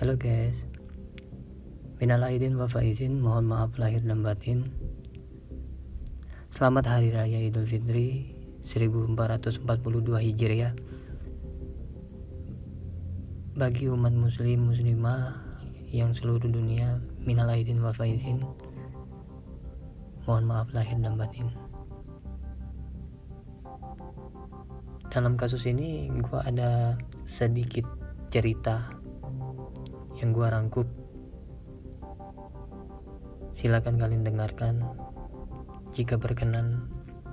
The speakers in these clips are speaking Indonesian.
Halo guys, minal aidin wa faizin, mohon maaf lahir dan batin. Selamat Hari Raya Idul Fitri 1442 Hijriah bagi umat muslim muslimah yang seluruh dunia. Minal aidin wa faizin, mohon maaf lahir dan batin. Dalam kasus ini gue ada sedikit cerita yang gue rangkup. Silakan kalian dengarkan jika berkenan.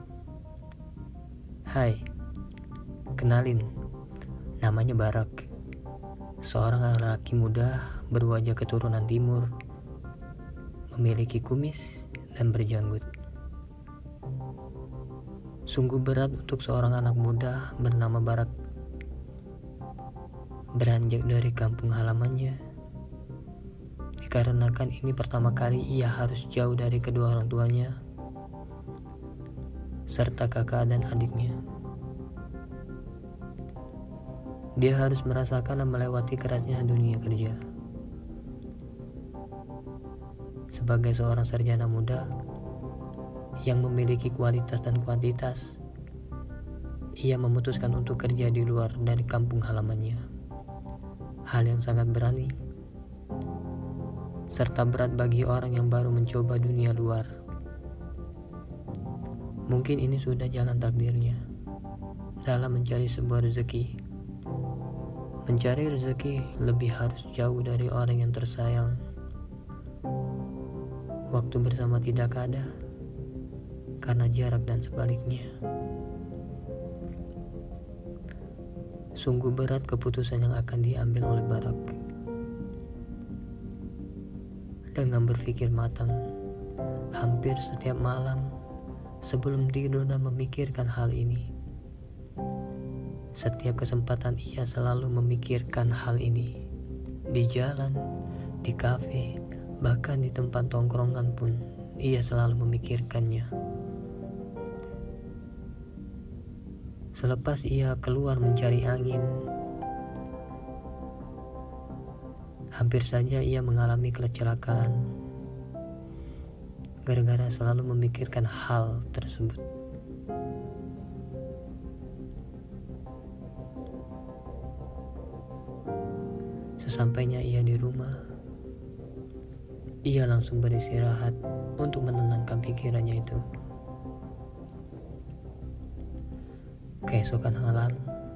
Hai, kenalin, namanya Barak, seorang laki muda berwajah keturunan timur, memiliki kumis dan berjanggut. Sungguh berat untuk seorang anak muda bernama Barak beranjak dari kampung halamannya, dikarenakan ini pertama kali ia harus jauh dari kedua orang tuanya serta kakak dan adiknya. Dia harus merasakan dan melewati kerasnya dunia kerja. Sebagai seorang sarjana muda yang memiliki kualitas dan kuantitas, ia memutuskan untuk kerja di luar dari kampung halamannya. Hal yang sangat berani serta berat bagi orang yang baru mencoba dunia luar. Mungkin ini sudah jalan takdirnya dalam mencari sebuah rezeki. Mencari rezeki lebih harus jauh dari orang yang tersayang. Waktu bersama tidak ada karena jarak dan sebaliknya. Sungguh berat keputusan yang akan diambil oleh Barak. Dengan berpikir matang, hampir setiap malam sebelum tidur dan memikirkan hal ini. Setiap kesempatan ia selalu memikirkan hal ini. Di jalan, di kafe, bahkan di tempat tongkrongan pun ia selalu memikirkannya. Selepas ia keluar mencari angin, hampir saja ia mengalami kecelakaan gara-gara selalu memikirkan hal tersebut. Sesampainya ia di rumah, ia langsung beristirahat untuk menenangkan pikirannya itu. Keesokan malam,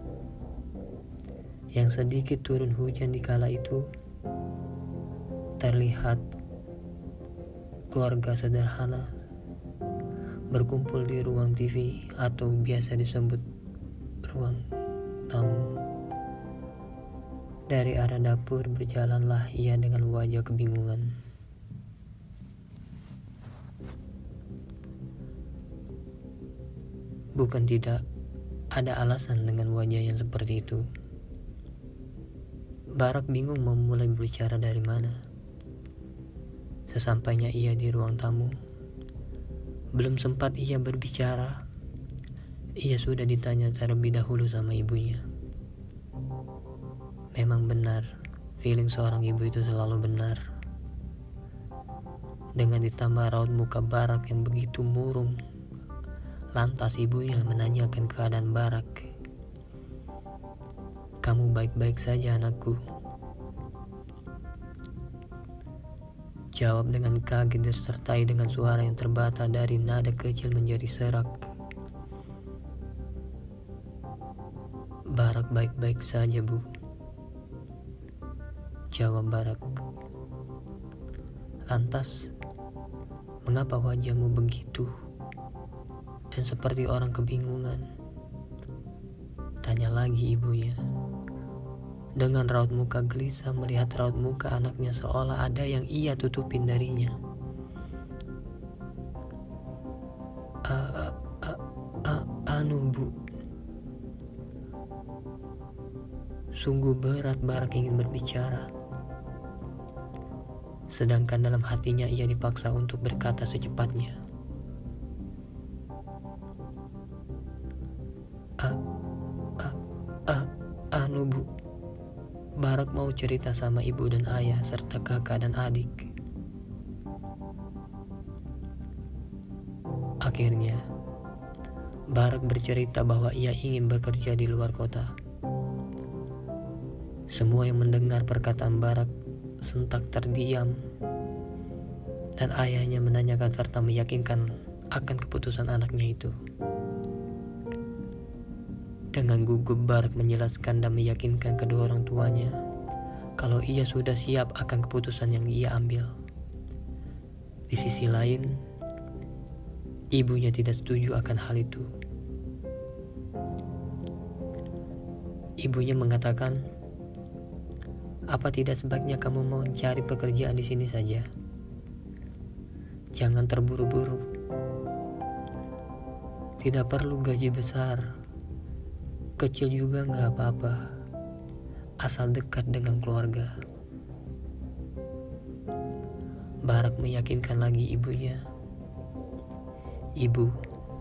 yang sedikit turun hujan di kala itu, terlihat keluarga sederhana berkumpul di ruang TV atau biasa disebut ruang tamu. Dari arah dapur berjalanlah ia dengan wajah kebingungan. Bukan tidak ada alasan dengan wajah yang seperti itu. Barak bingung memulai berbicara dari mana. Sesampainya ia di ruang tamu, belum sempat ia berbicara, ia sudah ditanya terlebih dahulu sama ibunya. Memang benar, feeling seorang ibu itu selalu benar. Dengan ditambah raut muka Barak yang begitu murung, lantas ibunya menanyakan keadaan Barak. "Kamu baik-baik saja anakku?" Jawab dengan kaget disertai dengan suara yang terbata dari nada kecil menjadi serak. "Barak baik-baik saja, Bu," jawab Barak. "Lantas, mengapa wajahmu begitu dan seperti orang kebingungan?" tanya lagi ibunya. Dengan raut muka gelisah melihat raut muka anaknya seolah ada yang ia tutupin darinya. Anu Bu. Sungguh berat Barak ingin berbicara. Sedangkan dalam hatinya ia dipaksa untuk berkata secepatnya. Anu Bu, Barak mau cerita sama ibu dan ayah serta kakak dan adik. Akhirnya, Barak bercerita bahwa ia ingin bekerja di luar kota. Semua yang mendengar perkataan Barak sentak terdiam, dan ayahnya menanyakan serta meyakinkan akan keputusan anaknya itu. Dengan gugup Barak menjelaskan dan meyakinkan kedua orang tuanya kalau ia sudah siap akan keputusan yang ia ambil. Di sisi lain, ibunya tidak setuju akan hal itu. Ibunya mengatakan, "Apa tidak sebaiknya kamu mau mencari pekerjaan di sini saja? Jangan terburu-buru. Tidak perlu gaji besar. Kecil juga gak apa-apa, asal dekat dengan keluarga." Barak meyakinkan lagi ibunya, "Ibu,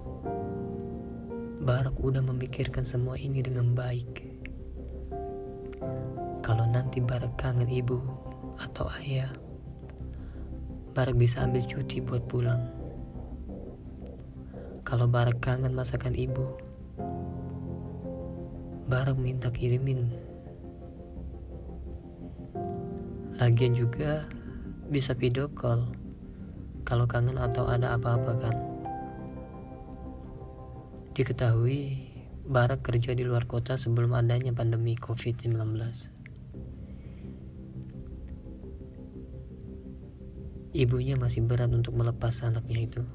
Barak udah memikirkan semua ini dengan baik. Kalau nanti Barak kangen ibu atau ayah, Barak bisa ambil cuti buat pulang. Kalau Barak kangen masakan ibu, Barak minta kirimin. Lagian juga bisa video call kalau kangen atau ada apa-apa kan." Diketahui Barak kerja di luar kota sebelum adanya pandemi COVID-19. Ibunya masih berat untuk melepas anaknya itu.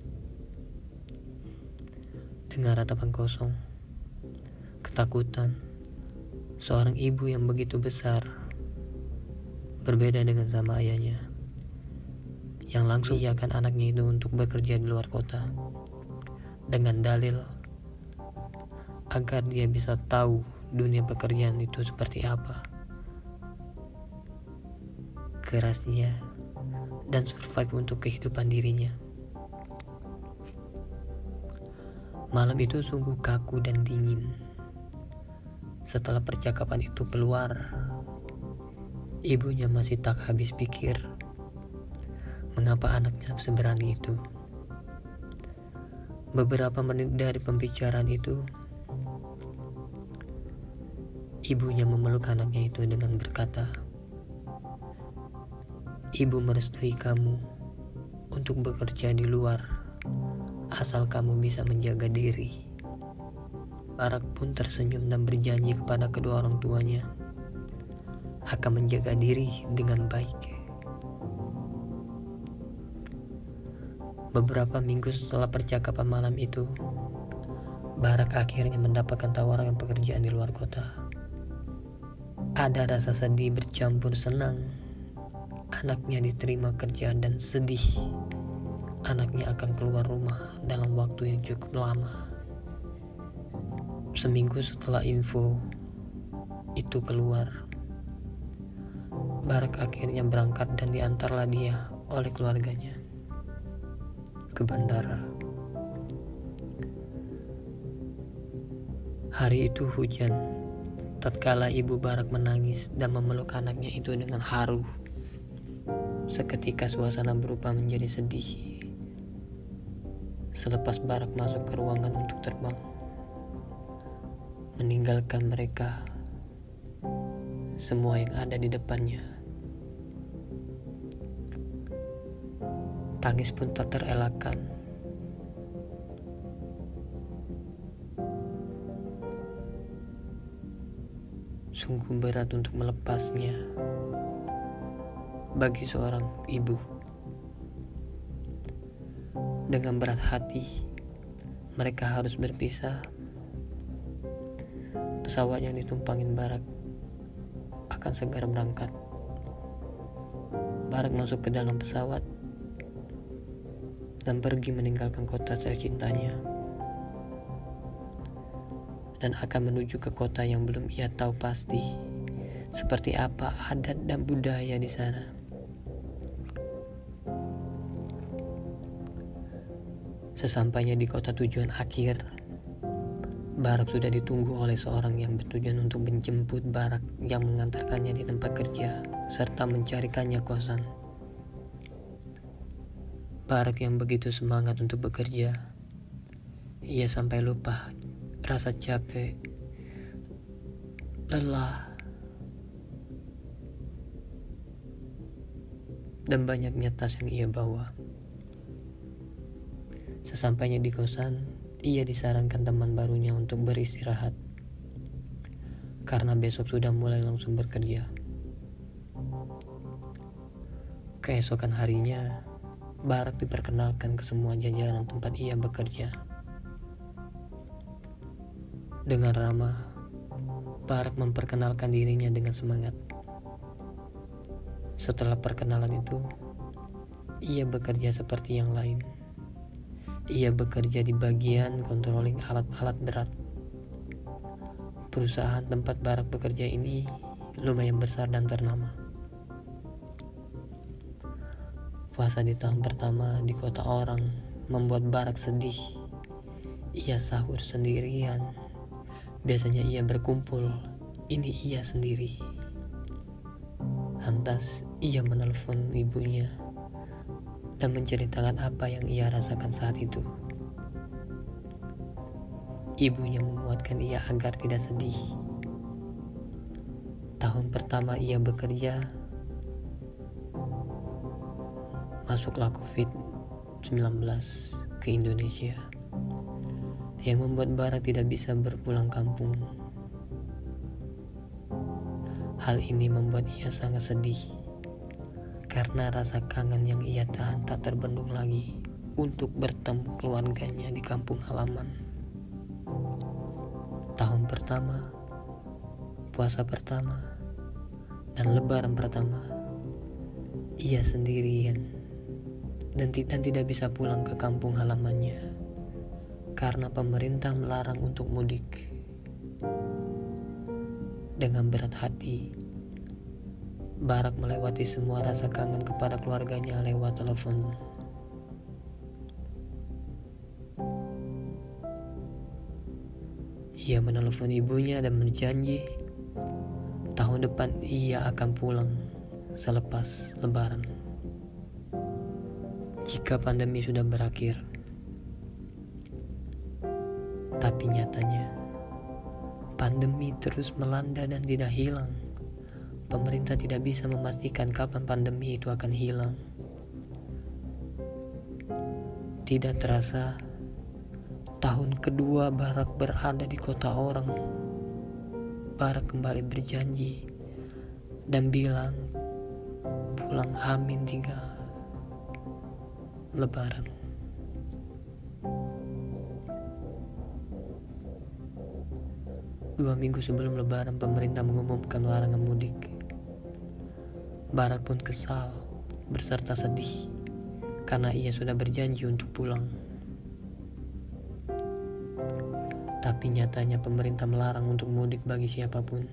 Dengan ratapan kosong, ketakutan, seorang ibu yang begitu besar, berbeda dengan sama ayahnya, yang langsung iakan anaknya itu untuk bekerja di luar kota, dengan dalil agar dia bisa tahu dunia pekerjaan itu seperti apa, kerasnya, dan survive untuk kehidupan dirinya. Malam itu sungguh kaku dan dingin. Setelah percakapan itu keluar, ibunya masih tak habis pikir mengapa anaknya seberani itu. Beberapa menit dari pembicaraan itu, ibunya memeluk anaknya itu dengan berkata, "Ibu merestui kamu untuk bekerja di luar, asal kamu bisa menjaga diri." Barak pun tersenyum dan berjanji kepada kedua orang tuanya akan menjaga diri dengan baik. Beberapa minggu setelah percakapan malam itu, Barak akhirnya mendapatkan tawaran pekerjaan di luar kota. Ada rasa sedih bercampur senang. Anaknya diterima kerja dan sedih anaknya akan keluar rumah dalam waktu yang cukup lama. Seminggu setelah info itu keluar, Barak akhirnya berangkat dan diantarlah dia oleh keluarganya ke bandara. Hari itu hujan. Tatkala ibu Barak menangis dan memeluk anaknya itu dengan haru, seketika suasana berubah menjadi sedih. Selepas Barak masuk ke ruangan untuk terbang, meninggalkan mereka semua yang ada di depannya, tangis pun tak terelakkan. Sungguh berat untuk melepasnya bagi seorang ibu. Dengan berat hati, mereka harus berpisah. Pesawat yang ditumpangin Barak akan segera berangkat. Barak masuk ke dalam pesawat dan pergi meninggalkan kota tercintanya, dan akan menuju ke kota yang belum ia tahu pasti seperti apa adat dan budaya di sana. Sesampainya di kota tujuan akhir, Barak sudah ditunggu oleh seorang yang bertujuan untuk menjemput Barak yang mengantarkannya di tempat kerja serta mencarikannya kosan. Barak yang begitu semangat untuk bekerja, ia sampai lupa rasa capek, lelah, dan banyaknya tas yang ia bawa. Sesampainya di kosan, ia disarankan teman barunya untuk beristirahat karena besok sudah mulai langsung bekerja. Keesokan harinya, Barak diperkenalkan ke semua jajaran tempat ia bekerja. Dengan ramah, Barak memperkenalkan dirinya dengan semangat. Setelah perkenalan itu, ia bekerja seperti yang lain. Ia bekerja di bagian controlling alat-alat berat. Perusahaan tempat Barak bekerja ini lumayan besar dan ternama. Puasa di tahun pertama di kota orang membuat Barak sedih. Ia sahur sendirian. Biasanya ia berkumpul, ini ia sendiri. Lantas ia menelpon ibunya dan menceritakan apa yang ia rasakan saat itu. Ibunya menguatkan ia agar tidak sedih. Tahun pertama ia bekerja, masuklah COVID-19 ke Indonesia, yang membuat Barak tidak bisa berpulang kampung. Hal ini membuat ia sangat sedih, karena rasa kangen yang ia tahan tak terbendung lagi untuk bertemu keluarganya di kampung halaman. Tahun pertama, puasa pertama, dan lebaran pertama, ia sendirian dan tidak bisa pulang ke kampung halamannya karena pemerintah melarang untuk mudik. Dengan berat hati, Barak melewati semua rasa kangen kepada keluarganya lewat telepon. Ia menelepon ibunya dan berjanji tahun depan ia akan pulang selepas lebaran, jika pandemi sudah berakhir. Tapi nyatanya, pandemi terus melanda dan tidak hilang. Pemerintah tidak bisa memastikan kapan pandemi itu akan hilang. Tidak terasa, tahun kedua Barak berada di kota orang. Barak kembali berjanji dan bilang pulang H-3 lebaran. Dua minggu sebelum lebaran, pemerintah mengumumkan larangan mudik. Barak pun kesal berserta sedih karena ia sudah berjanji untuk pulang. Tapi nyatanya pemerintah melarang untuk mudik bagi siapapun.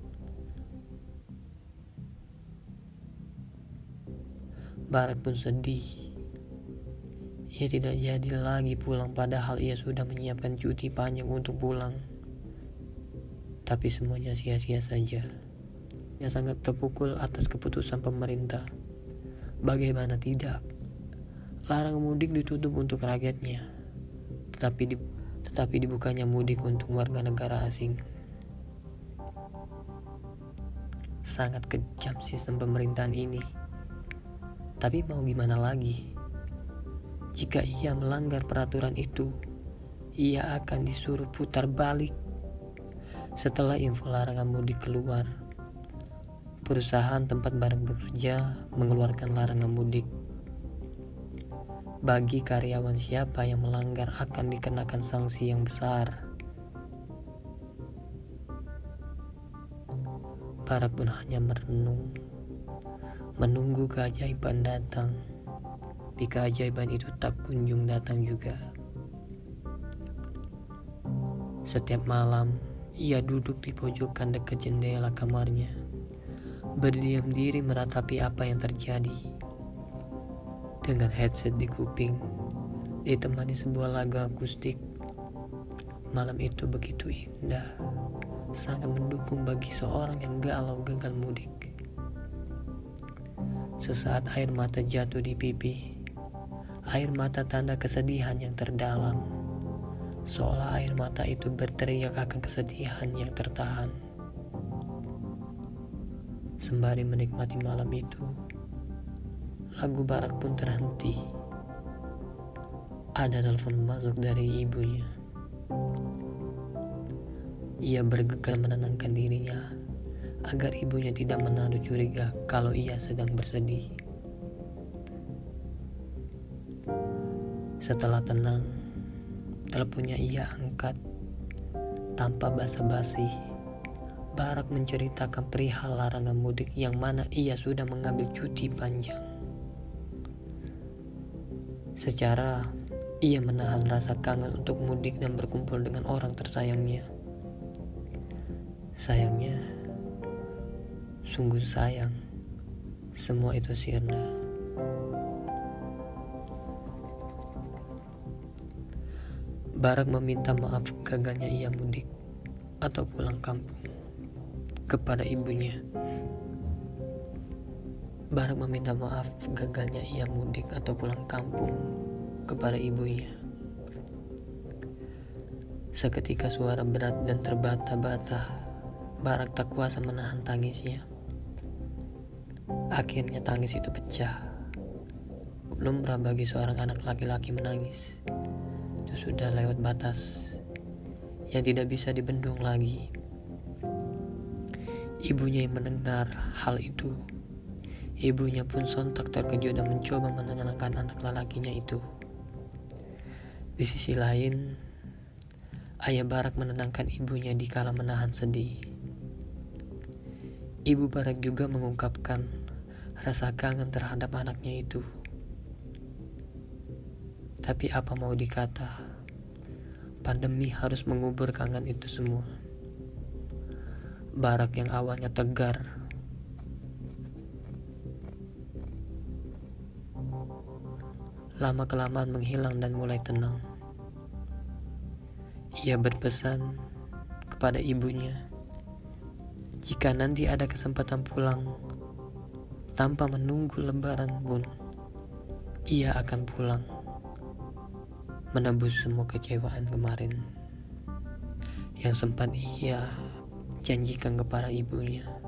Barak pun sedih. Ia tidak jadi lagi pulang padahal ia sudah menyiapkan cuti panjang untuk pulang. Tapi semuanya sia-sia saja. Ia sangat terpukul atas keputusan pemerintah. Bagaimana tidak? Larangan mudik ditutup untuk rakyatnya, tetapi dibukanya mudik untuk warga negara asing. Sangat kejam sistem pemerintahan ini. Tapi mau gimana lagi? Jika ia melanggar peraturan itu, ia akan disuruh putar balik. Setelah info larangan mudik keluar, perusahaan tempat Barak bekerja mengeluarkan larangan mudik. Bagi karyawan siapa yang melanggar akan dikenakan sanksi yang besar. Barak pun hanya merenung, menunggu keajaiban datang. Tapi keajaiban itu tak kunjung datang juga. Setiap malam, ia duduk di pojokan dekat jendela kamarnya, berdiam diri meratapi apa yang terjadi. Dengan headset di kuping, ditemani sebuah lagu akustik, Malam itu begitu indah, sangat mendukung bagi seorang yang galau gagal mudik. Sesaat air mata jatuh di pipi, air mata tanda kesedihan yang terdalam, seolah air mata itu berteriak akan kesedihan yang tertahan. Sembari menikmati malam itu, lagu barak pun terhenti. Ada telepon masuk dari ibunya. Ia bergegas menenangkan dirinya agar ibunya tidak menaruh curiga kalau ia sedang bersedih. Setelah tenang, teleponnya ia angkat. Tanpa basa-basi, Barak menceritakan perihal larangan mudik yang mana ia sudah mengambil cuti panjang. Secara ia menahan rasa kangen untuk mudik dan berkumpul dengan orang tersayangnya. Sayangnya, sungguh sayang, semua itu sirna. Barak meminta maaf gagalnya ia mudik atau pulang kampung kepada ibunya. Barak meminta maaf gagalnya ia mudik atau pulang kampung kepada ibunya. Seketika suara berat dan terbata-bata, Barak tak kuasa menahan tangisnya. Akhirnya tangis itu pecah. Lumrah bagi seorang anak laki-laki menangis. Itu sudah lewat batas yang tidak bisa dibendung lagi. Ibunya yang mendengar hal itu, ibunya pun sontak terkejut dan mencoba menenangkan anak lelakinya itu. Di sisi lain, ayah Barak menenangkan ibunya dikala menahan sedih. Ibu Barak juga mengungkapkan rasa kangen terhadap anaknya itu. Tapi apa mau dikata, pandemi harus mengubur kangen itu semua. Barak yang awalnya tegar, lama-kelamaan menghilang dan mulai tenang. Ia berpesan kepada ibunya, jika nanti ada kesempatan pulang, tanpa menunggu lebaran pun, ia akan pulang, menebus semua kecewaan kemarin yang sempat ia janjikan kepada ibunya.